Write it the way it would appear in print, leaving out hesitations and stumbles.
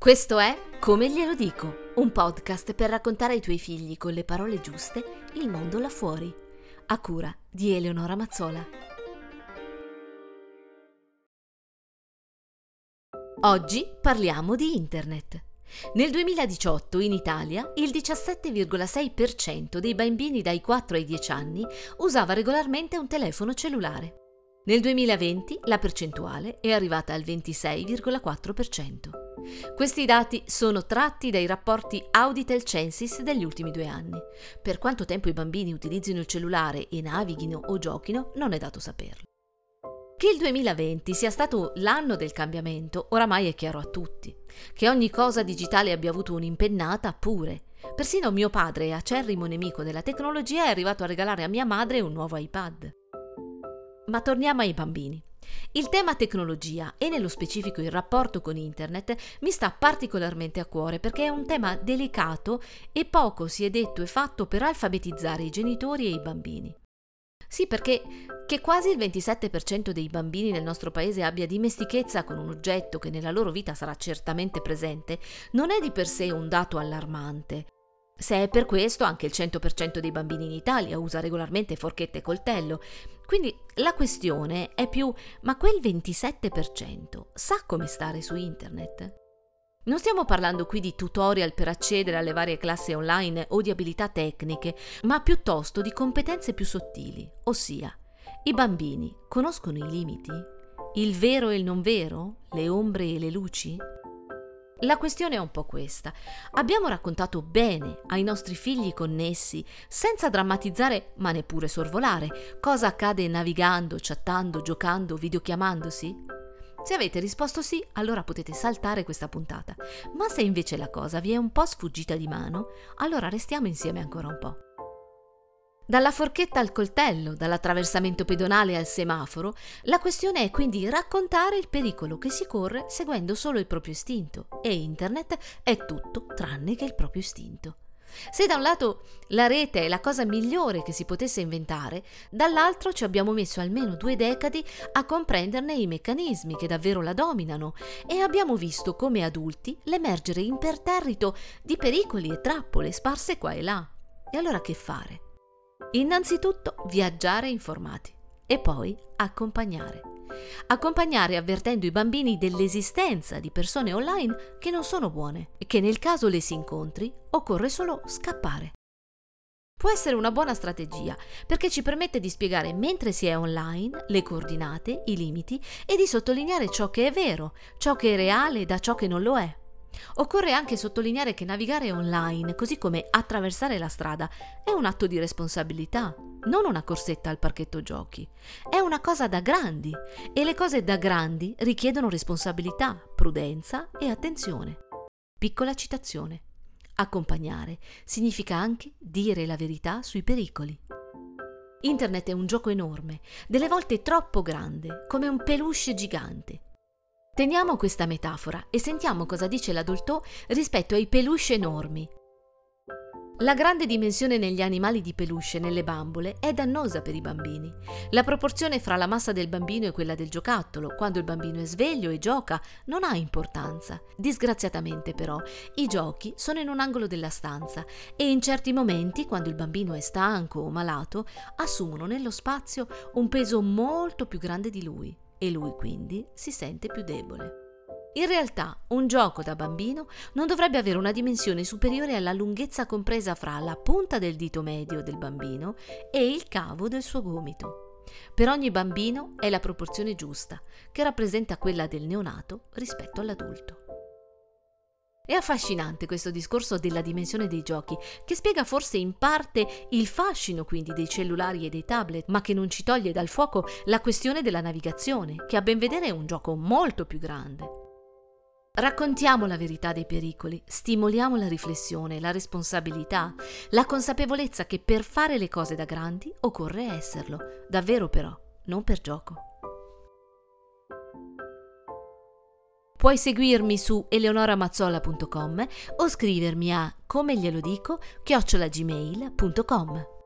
Questo è Come glielo dico, un podcast per raccontare ai tuoi figli con le parole giuste il mondo là fuori, a cura di Eleonora Mazzola. Oggi parliamo di internet. Nel 2018 in Italia il 17,6% dei bambini dai 4 ai 10 anni usava regolarmente un telefono cellulare. Nel 2020 la percentuale è arrivata al 26,4%. Questi dati sono tratti dai rapporti Auditel Censis degli ultimi 2 anni. Per quanto tempo i bambini utilizzino il cellulare e navighino o giochino non è dato saperlo. Che il 2020 sia stato l'anno del cambiamento oramai è chiaro a tutti. Che ogni cosa digitale abbia avuto un'impennata pure. Persino mio padre, acerrimo nemico della tecnologia, è arrivato a regalare a mia madre un nuovo iPad. Ma torniamo ai bambini. Il tema tecnologia e nello specifico il rapporto con internet mi sta particolarmente a cuore perché è un tema delicato e poco si è detto e fatto per alfabetizzare i genitori e i bambini. Sì, perché che quasi il 27% dei bambini nel nostro paese abbia dimestichezza con un oggetto che nella loro vita sarà certamente presente, non è di per sé un dato allarmante. Se è per questo, anche il 100% dei bambini in Italia usa regolarmente forchetta e coltello. Quindi la questione è più, ma quel 27% sa come stare su internet? Non stiamo parlando qui di tutorial per accedere alle varie classi online o di abilità tecniche, ma piuttosto di competenze più sottili, ossia, i bambini conoscono i limiti? Il vero e il non vero? Le ombre e le luci? La questione è un po' questa. Abbiamo raccontato bene ai nostri figli connessi, senza drammatizzare ma neppure sorvolare, cosa accade navigando, chattando, giocando, videochiamandosi? Se avete risposto sì, allora potete saltare questa puntata. Ma se invece la cosa vi è un po' sfuggita di mano, allora restiamo insieme ancora un po'. Dalla forchetta al coltello, dall'attraversamento pedonale al semaforo, la questione è quindi raccontare il pericolo che si corre seguendo solo il proprio istinto, e internet è tutto tranne che il proprio istinto. Se da un lato la rete è la cosa migliore che si potesse inventare, dall'altro ci abbiamo messo almeno 2 decadi a comprenderne i meccanismi che davvero la dominano e abbiamo visto come adulti l'emergere imperterrito di pericoli e trappole sparse qua e là. E allora che fare? Innanzitutto viaggiare informati e poi accompagnare. Accompagnare avvertendo i bambini dell'esistenza di persone online che non sono buone e che nel caso le si incontri occorre solo scappare. Può essere una buona strategia perché ci permette di spiegare mentre si è online le coordinate, i limiti e di sottolineare ciò che è vero, ciò che è reale da ciò che non lo è. Occorre anche sottolineare che navigare online, così come attraversare la strada, è un atto di responsabilità, non una corsetta al parchetto giochi. È una cosa da grandi e le cose da grandi richiedono responsabilità, prudenza e attenzione. Piccola citazione. Accompagnare significa anche dire la verità sui pericoli. Internet è un gioco enorme, delle volte troppo grande, come un peluche gigante. Teniamo questa metafora e sentiamo cosa dice l'adulto rispetto ai peluche enormi. La grande dimensione negli animali di peluche nelle bambole è dannosa per i bambini. La proporzione fra la massa del bambino e quella del giocattolo, quando il bambino è sveglio e gioca, non ha importanza. Disgraziatamente però, i giochi sono in un angolo della stanza e in certi momenti, quando il bambino è stanco o malato, assumono nello spazio un peso molto più grande di lui. E lui quindi si sente più debole. In realtà, un gioco da bambino non dovrebbe avere una dimensione superiore alla lunghezza compresa fra la punta del dito medio del bambino e il cavo del suo gomito. Per ogni bambino è la proporzione giusta, che rappresenta quella del neonato rispetto all'adulto. È affascinante questo discorso della dimensione dei giochi, che spiega forse in parte il fascino quindi dei cellulari e dei tablet, ma che non ci toglie dal fuoco la questione della navigazione, che a ben vedere è un gioco molto più grande. Raccontiamo la verità dei pericoli, stimoliamo la riflessione, la responsabilità, la consapevolezza che per fare le cose da grandi occorre esserlo, davvero però, non per gioco. Puoi seguirmi su eleonoramazzola.com o scrivermi a comeglielodico@gmail.com.